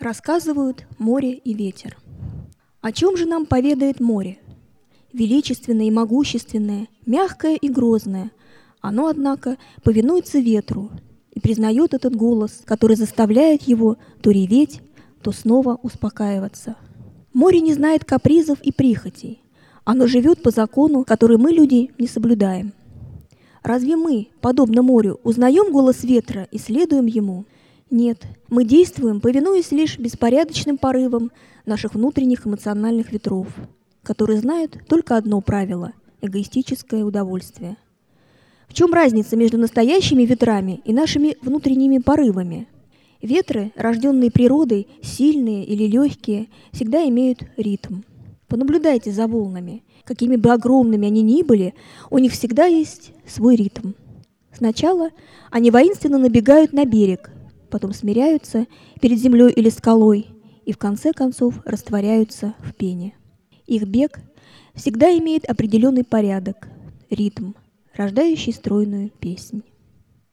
Рассказывают море и ветер. О чем же нам поведает море? Величественное и могущественное, мягкое и грозное. Оно, однако, повинуется ветру и признает этот голос, который заставляет его то реветь, то снова успокаиваться. Море не знает капризов и прихотей. Оно живет по закону, который мы, люди, не соблюдаем. Разве мы, подобно морю, узнаем голос ветра и следуем ему? Нет, мы действуем, повинуясь лишь беспорядочным порывам наших внутренних эмоциональных ветров, которые знают только одно правило – эгоистическое удовольствие. В чем разница между настоящими ветрами и нашими внутренними порывами? Ветры, рожденные природой, сильные или легкие, всегда имеют ритм. Понаблюдайте за волнами. Какими бы огромными они ни были, у них всегда есть свой ритм. Сначала они воинственно набегают на берег, потом смиряются перед землей или скалой и в конце концов растворяются в пене. Их бег всегда имеет определенный порядок, ритм, рождающий стройную песнь.